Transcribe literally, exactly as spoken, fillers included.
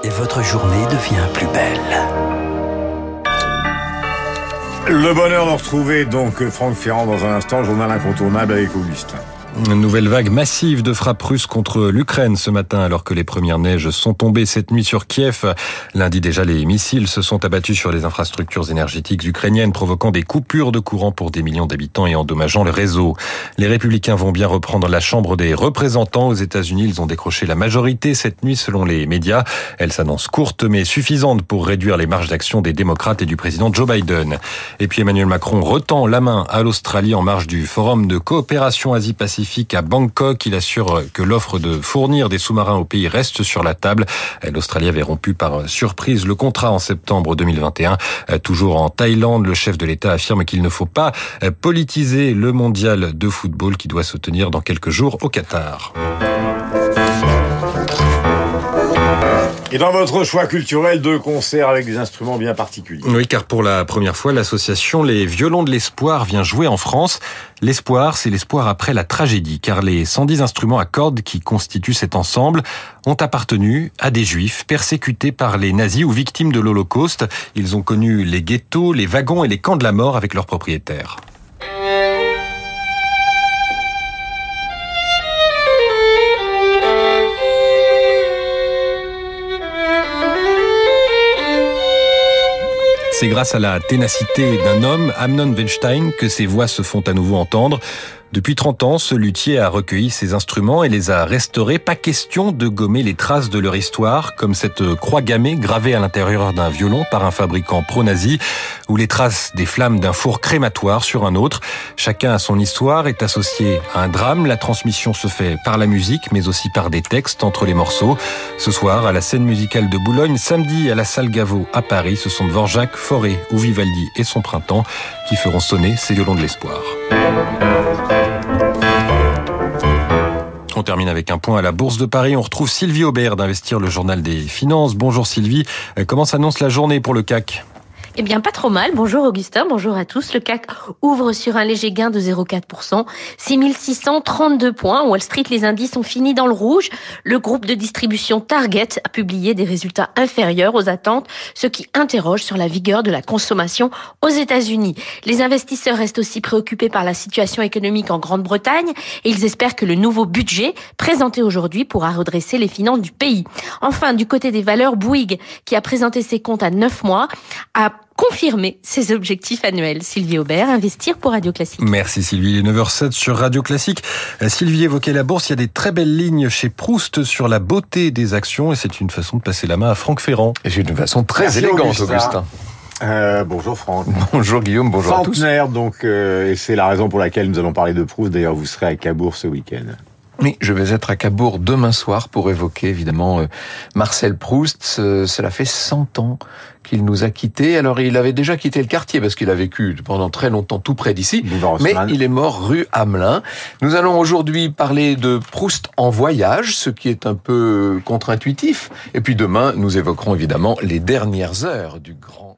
et votre journée devient plus belle. Le bonheur de retrouver donc Franck Ferrand dans un instant, journal incontournable avec Augustin. Une nouvelle vague massive de frappes russes contre l'Ukraine ce matin, alors que les premières neiges sont tombées cette nuit sur Kiev. Lundi déjà, les missiles se sont abattus sur les infrastructures énergétiques ukrainiennes, provoquant des coupures de courant pour des millions d'habitants et endommageant le réseau. Les Républicains vont bien reprendre la Chambre des représentants. Aux États-Unis, ils ont décroché la majorité cette nuit selon les médias. Elle s'annonce courte mais suffisante pour réduire les marges d'action des démocrates et du président Joe Biden. Et puis Emmanuel Macron retend la main à l'Australie en marge du Forum de coopération Asie-Pacifique à Bangkok. Il assure que l'offre de fournir des sous-marins au pays reste sur la table. L'Australie avait rompu par surprise le contrat en septembre deux mille vingt et un. Toujours en Thaïlande, le chef de l'État affirme qu'il ne faut pas politiser le mondial de football qui doit se tenir dans quelques jours au Qatar. Et dans votre choix culturel, deux concerts avec des instruments bien particuliers. Oui, car pour la première fois, l'association Les Violons de l'Espoir vient jouer en France. L'espoir, c'est l'espoir après la tragédie, car les cent dix instruments à cordes qui constituent cet ensemble ont appartenu à des juifs persécutés par les nazis ou victimes de l'Holocauste. Ils ont connu les ghettos, les wagons et les camps de la mort avec leurs propriétaires. C'est grâce à la ténacité d'un homme, Amnon Weinstein, que ces voix se font à nouveau entendre. Depuis trente ans, ce luthier a recueilli ces instruments et les a restaurés. Pas question de gommer les traces de leur histoire, comme cette croix gammée gravée à l'intérieur d'un violon par un fabricant pro-nazi, ou les traces des flammes d'un four crématoire sur un autre. Chacun a son histoire, est associé à un drame. La transmission se fait par la musique, mais aussi par des textes entre les morceaux. Ce soir, à la scène musicale de Boulogne, samedi à la salle Gaveau à Paris, ce sont Dvorak, Fauré ou Vivaldi et son printemps qui feront sonner ces violons de l'espoir. On termine avec un point à la Bourse de Paris. On retrouve Sylvie Aubert d'Investir, le journal des finances. Bonjour Sylvie. Comment s'annonce la journée pour le C A C ? Eh bien, pas trop mal. Bonjour Augustin, bonjour à tous. Le C A C ouvre sur un léger gain de zéro virgule quatre pour cent, six mille six cent trente-deux points. Wall Street, les indices ont fini dans le rouge. Le groupe de distribution Target a publié des résultats inférieurs aux attentes, ce qui interroge sur la vigueur de la consommation aux États-Unis. Les investisseurs restent aussi préoccupés par la situation économique en Grande-Bretagne et ils espèrent que le nouveau budget présenté aujourd'hui pourra redresser les finances du pays. Enfin, du côté des valeurs, Bouygues, qui a présenté ses comptes à neuf mois, a confirmer ses objectifs annuels. Sylvie Aubert, Investir pour Radio Classique. Merci Sylvie, il est neuf heures zéro sept sur Radio Classique. Sylvie évoquait la bourse, il y a des très belles lignes chez Proust sur la beauté des actions et c'est une façon de passer la main à Franck Ferrand. Et c'est une façon très Merci élégante, Augustin. Augustin. Euh, bonjour Franck. Bonjour Guillaume, bonjour à tous. Centenaire, donc, euh, et c'est la raison pour laquelle nous allons parler de Proust. D'ailleurs, vous serez à Cabourg ce week-end. Oui, je vais être à Cabourg demain soir pour évoquer évidemment euh, Marcel Proust. Euh, cela fait cent ans qu'il nous a quittés. Alors il avait déjà quitté le quartier parce qu'il a vécu pendant très longtemps tout près d'ici, mais il est mort rue Hamelin. Nous allons aujourd'hui parler de Proust en voyage, ce qui est un peu contre-intuitif. Et puis demain, nous évoquerons évidemment les dernières heures du grand